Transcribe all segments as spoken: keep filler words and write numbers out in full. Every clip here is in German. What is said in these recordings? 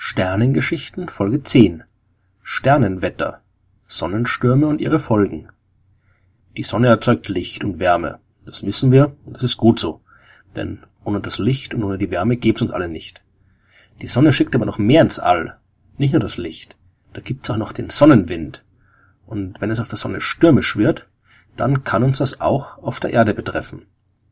Sternengeschichten Folge zehn. Sternenwetter. Sonnenstürme und ihre Folgen. Die Sonne erzeugt Licht und Wärme. Das wissen wir und das ist gut so. Denn ohne das Licht und ohne die Wärme gäbe es uns alle nicht. Die Sonne schickt aber noch mehr ins All. Nicht nur das Licht. Da gibt es auch noch den Sonnenwind. Und wenn es auf der Sonne stürmisch wird, dann kann uns das auch auf der Erde betreffen.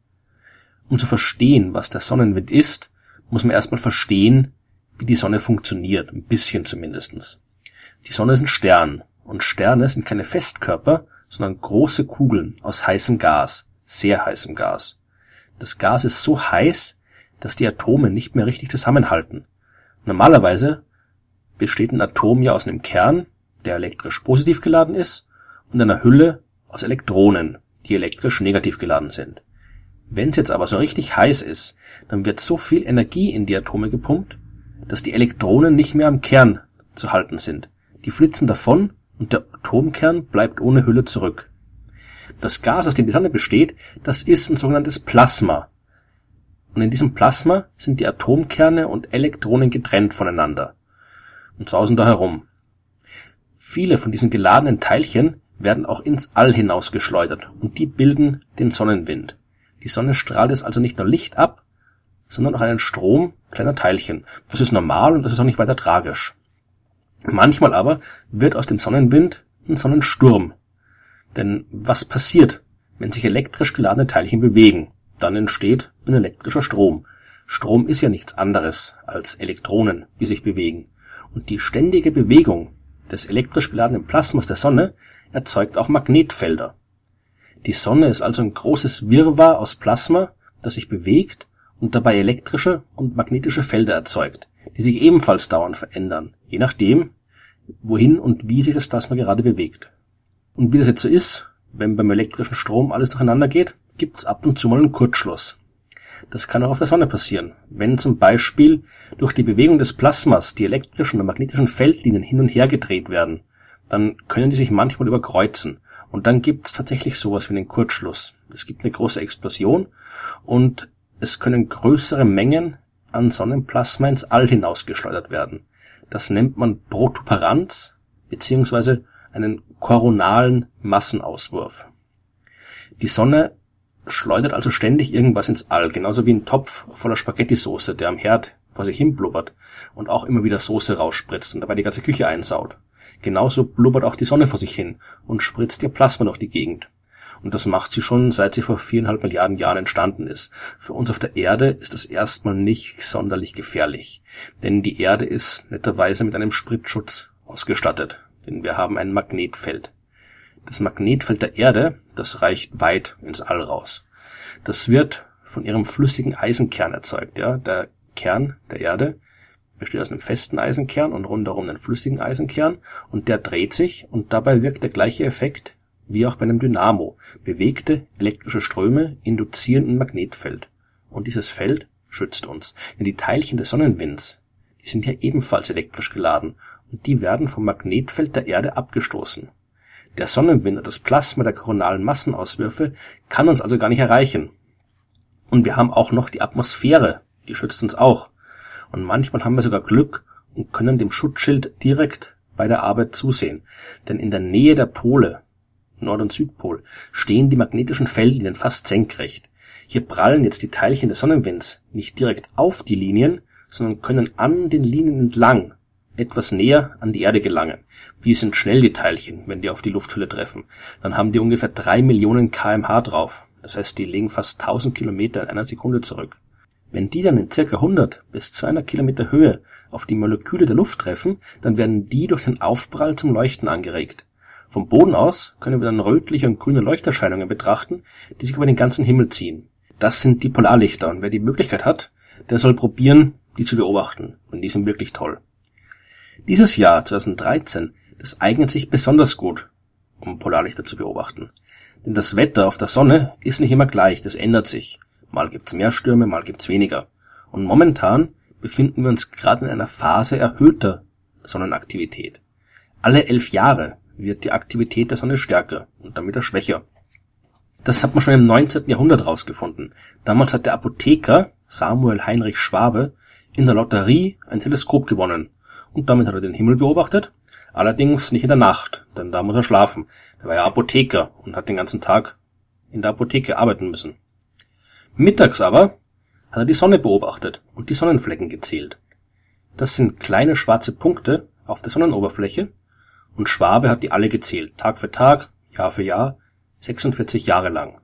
Um zu verstehen, was der Sonnenwind ist, muss man erstmal verstehen, wie die Sonne funktioniert, ein bisschen zumindestens. Die Sonne ist ein Stern, und Sterne sind keine Festkörper, sondern große Kugeln aus heißem Gas, sehr heißem Gas. Das Gas ist so heiß, dass die Atome nicht mehr richtig zusammenhalten. Normalerweise besteht ein Atom ja aus einem Kern, der elektrisch positiv geladen ist, und einer Hülle aus Elektronen, die elektrisch negativ geladen sind. Wenn es jetzt aber so richtig heiß ist, dann wird so viel Energie in die Atome gepumpt, dass die Elektronen nicht mehr am Kern zu halten sind. Die flitzen davon und der Atomkern bleibt ohne Hülle zurück. Das Gas, aus dem die Sonne besteht, das ist ein sogenanntes Plasma. Und in diesem Plasma sind die Atomkerne und Elektronen getrennt voneinander und sausen da herum. Viele von diesen geladenen Teilchen werden auch ins All hinausgeschleudert und die bilden den Sonnenwind. Die Sonne strahlt jetzt also nicht nur Licht ab, sondern auch einen Strom kleiner Teilchen. Das ist normal und das ist auch nicht weiter tragisch. Manchmal aber wird aus dem Sonnenwind ein Sonnensturm. Denn was passiert, wenn sich elektrisch geladene Teilchen bewegen? Dann entsteht ein elektrischer Strom. Strom ist ja nichts anderes als Elektronen, die sich bewegen. Und die ständige Bewegung des elektrisch geladenen Plasmas der Sonne erzeugt auch Magnetfelder. Die Sonne ist also ein großes Wirrwarr aus Plasma, das sich bewegt und dabei elektrische und magnetische Felder erzeugt, die sich ebenfalls dauernd verändern, je nachdem, wohin und wie sich das Plasma gerade bewegt. Und wie das jetzt so ist, wenn beim elektrischen Strom alles durcheinander geht, gibt es ab und zu mal einen Kurzschluss. Das kann auch auf der Sonne passieren, wenn zum Beispiel durch die Bewegung des Plasmas die elektrischen und magnetischen Feldlinien hin und her gedreht werden. Dann können die sich manchmal überkreuzen. Und dann gibt es tatsächlich sowas wie einen Kurzschluss. Es gibt eine große Explosion und es können größere Mengen an Sonnenplasma ins All hinausgeschleudert werden. Das nennt man Protuberanz bzw. einen koronalen Massenauswurf. Die Sonne schleudert also ständig irgendwas ins All, genauso wie ein Topf voller Spaghetti-Soße, der am Herd vor sich hin blubbert und auch immer wieder Soße rausspritzt und dabei die ganze Küche einsaut. Genauso blubbert auch die Sonne vor sich hin und spritzt ihr Plasma durch die Gegend. Und das macht sie schon, seit sie vor viereinhalb Milliarden Jahren entstanden ist. Für uns auf der Erde ist das erstmal nicht sonderlich gefährlich, denn die Erde ist netterweise mit einem Spritzschutz ausgestattet, denn wir haben ein Magnetfeld. Das Magnetfeld der Erde, das reicht weit ins All raus. Das wird von ihrem flüssigen Eisenkern erzeugt. Ja, der Kern der Erde besteht aus einem festen Eisenkern und rundherum einen flüssigen Eisenkern und der dreht sich und dabei wirkt der gleiche Effekt wie auch bei einem Dynamo. Bewegte elektrische Ströme induzieren ein Magnetfeld und dieses Feld schützt uns. Denn die Teilchen des Sonnenwinds, die sind ja ebenfalls elektrisch geladen und die werden vom Magnetfeld der Erde abgestoßen. Der Sonnenwind und das Plasma der koronalen Massenauswürfe kann uns also gar nicht erreichen. Und wir haben auch noch die Atmosphäre, die schützt uns auch. Und manchmal haben wir sogar Glück und können dem Schutzschild direkt bei der Arbeit zusehen. Denn in der Nähe der Pole, Nord- und Südpol, stehen die magnetischen Feldlinien fast senkrecht. Hier prallen jetzt die Teilchen des Sonnenwinds nicht direkt auf die Linien, sondern können an den Linien entlang etwas näher an die Erde gelangen. Wie sind schnell die Teilchen, wenn die auf die Lufthülle treffen? Dann haben die ungefähr drei Millionen Kilometer pro Stunde drauf. Das heißt, die legen fast tausend Kilometer in einer Sekunde zurück. Wenn die dann in circa hundert bis zweihundert Kilometer Höhe auf die Moleküle der Luft treffen, dann werden die durch den Aufprall zum Leuchten angeregt. Vom Boden aus können wir dann rötliche und grüne Leuchterscheinungen betrachten, die sich über den ganzen Himmel ziehen. Das sind die Polarlichter und wer die Möglichkeit hat, der soll probieren, die zu beobachten. Und die sind wirklich toll. Dieses Jahr, zweitausenddreizehn, das eignet sich besonders gut, um Polarlichter zu beobachten. Denn das Wetter auf der Sonne ist nicht immer gleich, das ändert sich. Mal gibt's mehr Stürme, mal gibt's weniger. Und momentan befinden wir uns gerade in einer Phase erhöhter Sonnenaktivität. Alle elf Jahre wird die Aktivität der Sonne stärker und dann wieder schwächer. Das hat man schon im neunzehnten Jahrhundert rausgefunden. Damals hat der Apotheker Samuel Heinrich Schwabe in der Lotterie ein Teleskop gewonnen und damit hat er den Himmel beobachtet, allerdings nicht in der Nacht, denn da muss er schlafen. Er war ja Apotheker und hat den ganzen Tag in der Apotheke arbeiten müssen. Mittags aber hat er die Sonne beobachtet und die Sonnenflecken gezählt. Das sind kleine schwarze Punkte auf der Sonnenoberfläche und Schwabe hat die alle gezählt, Tag für Tag, Jahr für Jahr, sechsundvierzig Jahre lang.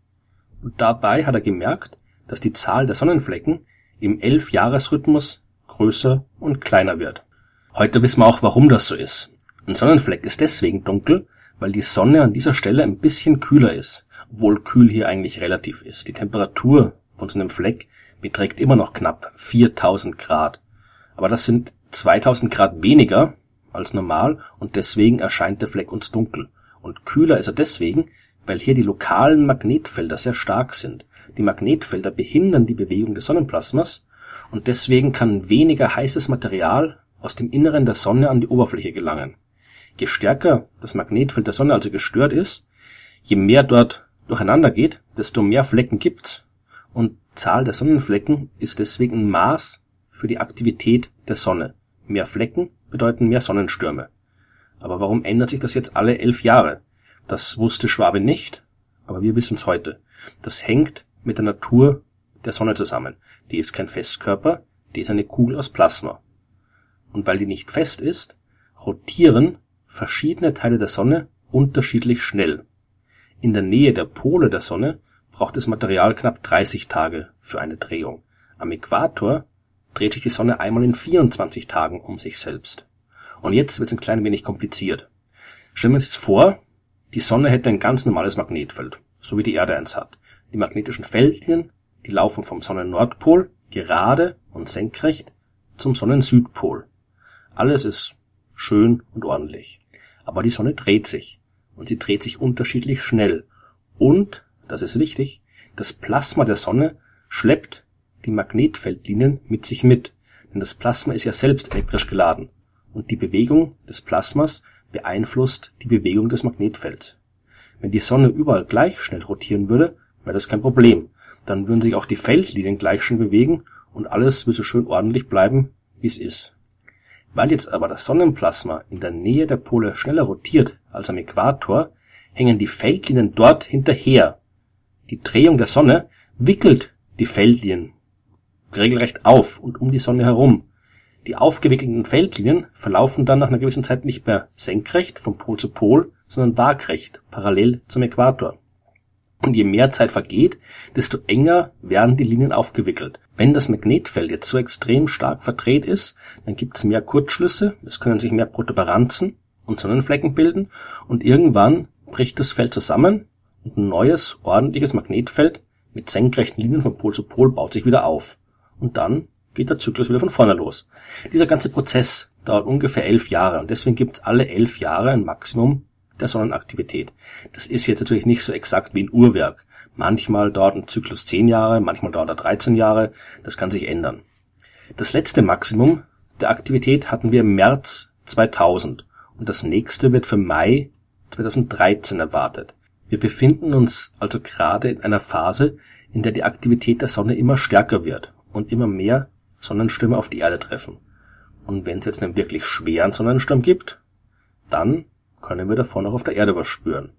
Und dabei hat er gemerkt, dass die Zahl der Sonnenflecken im Elf-Jahres-Rhythmus größer und kleiner wird. Heute wissen wir auch, warum das so ist. Ein Sonnenfleck ist deswegen dunkel, weil die Sonne an dieser Stelle ein bisschen kühler ist, obwohl kühl hier eigentlich relativ ist. Die Temperatur von so einem Fleck beträgt immer noch knapp viertausend Grad. Aber das sind zweitausend Grad weniger als normal und deswegen erscheint der Fleck uns dunkel. Und kühler ist er deswegen, weil hier die lokalen Magnetfelder sehr stark sind. Die Magnetfelder behindern die Bewegung des Sonnenplasmas und deswegen kann weniger heißes Material aus dem Inneren der Sonne an die Oberfläche gelangen. Je stärker das Magnetfeld der Sonne also gestört ist, je mehr dort durcheinander geht, desto mehr Flecken gibt's und Zahl der Sonnenflecken ist deswegen ein Maß für die Aktivität der Sonne. Mehr Flecken bedeuten mehr Sonnenstürme. Aber warum ändert sich das jetzt alle elf Jahre? Das wusste Schwabe nicht, aber wir wissen es heute. Das hängt mit der Natur der Sonne zusammen. Die ist kein Festkörper, die ist eine Kugel aus Plasma. Und weil die nicht fest ist, rotieren verschiedene Teile der Sonne unterschiedlich schnell. In der Nähe der Pole der Sonne braucht das Material knapp dreißig Tage für eine Drehung. Am Äquator dreht sich die Sonne einmal in vierundzwanzig Tagen um sich selbst. Und jetzt wird es ein klein wenig kompliziert. Stellen wir uns jetzt vor, die Sonne hätte ein ganz normales Magnetfeld, so wie die Erde eins hat. Die magnetischen Feldlinien, die laufen vom Sonnennordpol gerade und senkrecht zum Sonnensüdpol. Alles ist schön und ordentlich. Aber die Sonne dreht sich. Und sie dreht sich unterschiedlich schnell. Und, das ist wichtig, das Plasma der Sonne schleppt die Magnetfeldlinien mit sich mit. Denn das Plasma ist ja selbst elektrisch geladen. Und die Bewegung des Plasmas beeinflusst die Bewegung des Magnetfelds. Wenn die Sonne überall gleich schnell rotieren würde, wäre das kein Problem. Dann würden sich auch die Feldlinien gleich schnell bewegen und alles würde so schön ordentlich bleiben, wie es ist. Weil jetzt aber das Sonnenplasma in der Nähe der Pole schneller rotiert als am Äquator, hängen die Feldlinien dort hinterher. Die Drehung der Sonne wickelt die Feldlinien regelrecht auf und um die Sonne herum. Die aufgewickelten Feldlinien verlaufen dann nach einer gewissen Zeit nicht mehr senkrecht vom Pol zu Pol, sondern waagrecht, parallel zum Äquator. Und je mehr Zeit vergeht, desto enger werden die Linien aufgewickelt. Wenn das Magnetfeld jetzt so extrem stark verdreht ist, dann gibt es mehr Kurzschlüsse, es können sich mehr Protuberanzen und Sonnenflecken bilden und irgendwann bricht das Feld zusammen und ein neues, ordentliches Magnetfeld mit senkrechten Linien von Pol zu Pol baut sich wieder auf. Und dann geht der Zyklus wieder von vorne los. Dieser ganze Prozess dauert ungefähr elf Jahre und deswegen gibt es alle elf Jahre ein Maximum der Sonnenaktivität. Das ist jetzt natürlich nicht so exakt wie ein Uhrwerk. Manchmal dauert ein Zyklus zehn Jahre, manchmal dauert er dreizehn Jahre. Das kann sich ändern. Das letzte Maximum der Aktivität hatten wir im März zweitausend und das nächste wird für Mai zweitausenddreizehn erwartet. Wir befinden uns also gerade in einer Phase, in der die Aktivität der Sonne immer stärker wird und immer mehr Sonnenstürme auf die Erde treffen. Und wenn es jetzt einen wirklich schweren Sonnensturm gibt, dann können wir davon auch auf der Erde was spüren.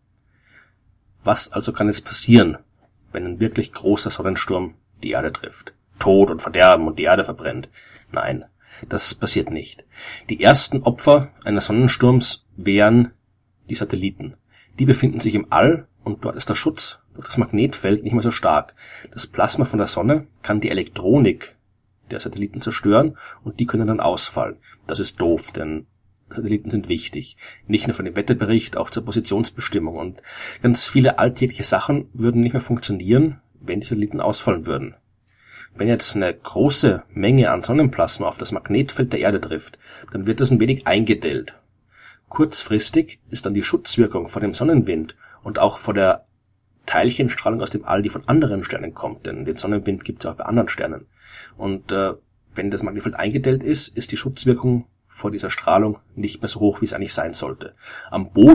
Was also kann jetzt passieren, wenn ein wirklich großer Sonnensturm die Erde trifft? Tod und Verderben und die Erde verbrennt? Nein, das passiert nicht. Die ersten Opfer eines Sonnensturms wären die Satelliten. Die befinden sich im All und dort ist der Schutz durch das Magnetfeld nicht mehr so stark. Das Plasma von der Sonne kann die Elektronik der Satelliten zerstören und die können dann ausfallen. Das ist doof, denn Satelliten sind wichtig. Nicht nur für den Wetterbericht, auch zur Positionsbestimmung. Und ganz viele alltägliche Sachen würden nicht mehr funktionieren, wenn die Satelliten ausfallen würden. Wenn jetzt eine große Menge an Sonnenplasma auf das Magnetfeld der Erde trifft, dann wird das ein wenig eingedellt. Kurzfristig ist dann die Schutzwirkung vor dem Sonnenwind und auch vor der Teilchenstrahlung aus dem All, die von anderen Sternen kommt, denn den Sonnenwind gibt es auch bei anderen Sternen. Und äh, wenn das Magnetfeld eingedellt ist, ist die Schutzwirkung vor dieser Strahlung nicht mehr so hoch, wie es eigentlich sein sollte. Am Boden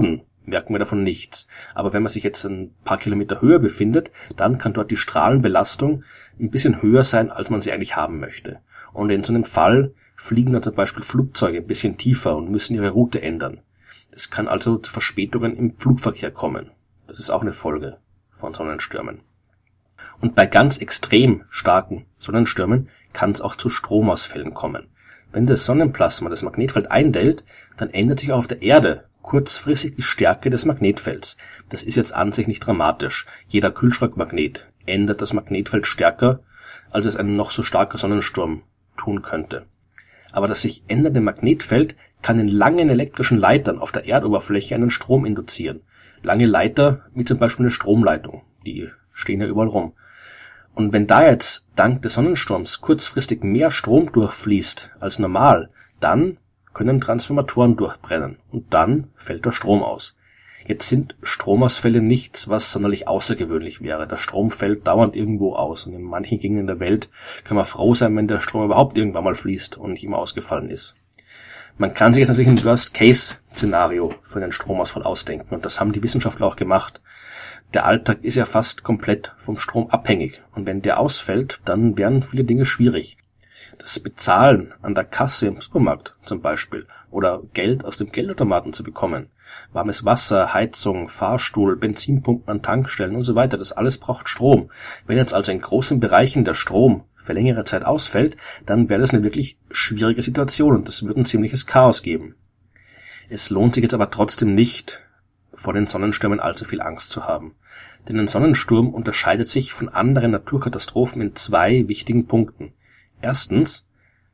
merken wir davon nichts. Aber wenn man sich jetzt ein paar Kilometer höher befindet, dann kann dort die Strahlenbelastung ein bisschen höher sein, als man sie eigentlich haben möchte. Und in so einem Fall fliegen dann zum Beispiel Flugzeuge ein bisschen tiefer und müssen ihre Route ändern. Es kann also zu Verspätungen im Flugverkehr kommen. Das ist auch eine Folge von Sonnenstürmen. Und bei ganz extrem starken Sonnenstürmen kann es auch zu Stromausfällen kommen. Wenn das Sonnenplasma das Magnetfeld eindält, dann ändert sich auch auf der Erde kurzfristig die Stärke des Magnetfelds. Das ist jetzt an sich nicht dramatisch. Jeder Kühlschrankmagnet ändert das Magnetfeld stärker, als es ein noch so starker Sonnensturm tun könnte. Aber das sich ändernde Magnetfeld kann in langen elektrischen Leitern auf der Erdoberfläche einen Strom induzieren. Lange Leiter, wie zum Beispiel eine Stromleitung, die stehen ja überall rum. Und wenn da jetzt dank des Sonnensturms kurzfristig mehr Strom durchfließt als normal, dann können Transformatoren durchbrennen und dann fällt der Strom aus. Jetzt sind Stromausfälle nichts, was sonderlich außergewöhnlich wäre. Der Strom fällt dauernd irgendwo aus und in manchen Gegenden der Welt kann man froh sein, wenn der Strom überhaupt irgendwann mal fließt und nicht immer ausgefallen ist. Man kann sich jetzt natürlich ein Worst-Case-Szenario für einen Stromausfall ausdenken und das haben die Wissenschaftler auch gemacht. Der Alltag ist ja fast komplett vom Strom abhängig und wenn der ausfällt, dann wären viele Dinge schwierig. Das Bezahlen an der Kasse im Supermarkt zum Beispiel oder Geld aus dem Geldautomaten zu bekommen, warmes Wasser, Heizung, Fahrstuhl, Benzinpumpen an Tankstellen und so weiter, das alles braucht Strom. Wenn jetzt also in großen Bereichen der Strom für längere Zeit ausfällt, dann wäre das eine wirklich schwierige Situation und das würde ein ziemliches Chaos geben. Es lohnt sich jetzt aber trotzdem nicht, vor den Sonnenstürmen allzu viel Angst zu haben. Denn ein Sonnensturm unterscheidet sich von anderen Naturkatastrophen in zwei wichtigen Punkten. Erstens,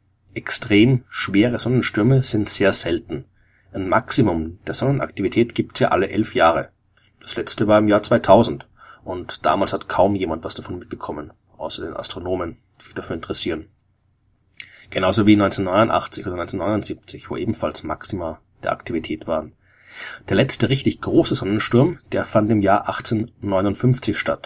extrem schwere Sonnenstürme sind sehr selten. Ein Maximum der Sonnenaktivität gibt's ja alle elf Jahre. Das letzte war im Jahr zweitausend und damals hat kaum jemand was davon mitbekommen, außer den Astronomen, die sich dafür interessieren. Genauso wie neunzehnhundertneunundachtzig oder neunzehnhundertneunundsiebzig, wo ebenfalls Maxima der Aktivität waren. Der letzte richtig große Sonnensturm, der fand im Jahr achtzehnhundertneunundfünfzig statt.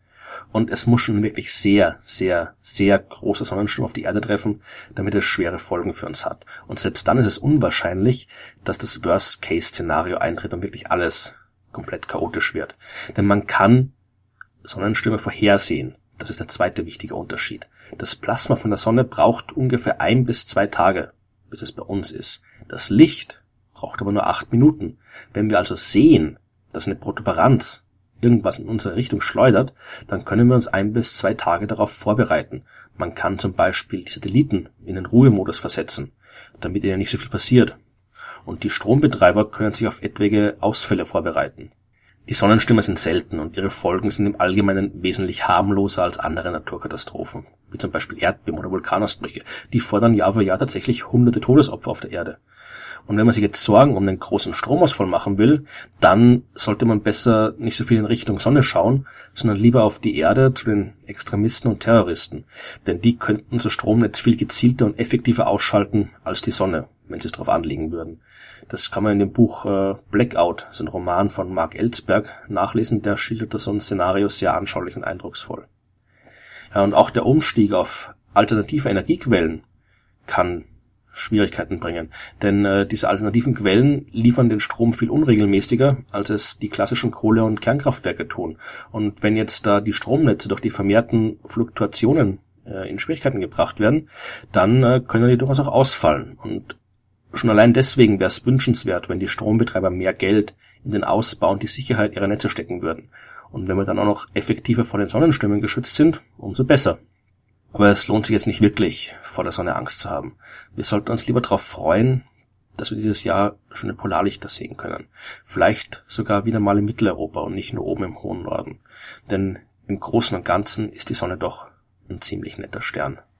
Und es muss schon wirklich sehr, sehr, sehr großer Sonnensturm auf die Erde treffen, damit es schwere Folgen für uns hat. Und selbst dann ist es unwahrscheinlich, dass das Worst-Case-Szenario eintritt und wirklich alles komplett chaotisch wird. Denn man kann Sonnenstürme vorhersehen. Das ist der zweite wichtige Unterschied. Das Plasma von der Sonne braucht ungefähr ein bis zwei Tage, bis es bei uns ist. Das Licht braucht aber nur acht Minuten. Wenn wir also sehen, dass eine Protuberanz irgendwas in unsere Richtung schleudert, dann können wir uns ein bis zwei Tage darauf vorbereiten. Man kann zum Beispiel die Satelliten in den Ruhemodus versetzen, damit ihnen nicht so viel passiert. Und die Strombetreiber können sich auf etwaige Ausfälle vorbereiten. Die Sonnenstürme sind selten und ihre Folgen sind im Allgemeinen wesentlich harmloser als andere Naturkatastrophen, wie zum Beispiel Erdbeben oder Vulkanausbrüche. Die fordern Jahr für Jahr tatsächlich hunderte Todesopfer auf der Erde. Und wenn man sich jetzt Sorgen um einen großen Stromausfall machen will, dann sollte man besser nicht so viel in Richtung Sonne schauen, sondern lieber auf die Erde zu den Extremisten und Terroristen. Denn die könnten unser Stromnetz viel gezielter und effektiver ausschalten als die Sonne, wenn sie es darauf anlegen würden. Das kann man in dem Buch äh, Blackout, so ein Roman von Mark Ellsberg, nachlesen. Der schildert das so ein Szenario sehr anschaulich und eindrucksvoll. Ja, und auch der Umstieg auf alternative Energiequellen kann Schwierigkeiten bringen. Denn äh, diese alternativen Quellen liefern den Strom viel unregelmäßiger, als es die klassischen Kohle- und Kernkraftwerke tun. Und wenn jetzt da die Stromnetze durch die vermehrten Fluktuationen äh, in Schwierigkeiten gebracht werden, dann äh, können die durchaus auch ausfallen. Und schon allein deswegen wäre es wünschenswert, wenn die Strombetreiber mehr Geld in den Ausbau und die Sicherheit ihrer Netze stecken würden. Und wenn wir dann auch noch effektiver vor den Sonnenstürmen geschützt sind, umso besser. Aber es lohnt sich jetzt nicht wirklich, vor der Sonne Angst zu haben. Wir sollten uns lieber darauf freuen, dass wir dieses Jahr schöne Polarlichter sehen können. Vielleicht sogar wieder mal in Mitteleuropa und nicht nur oben im hohen Norden. Denn im Großen und Ganzen ist die Sonne doch ein ziemlich netter Stern.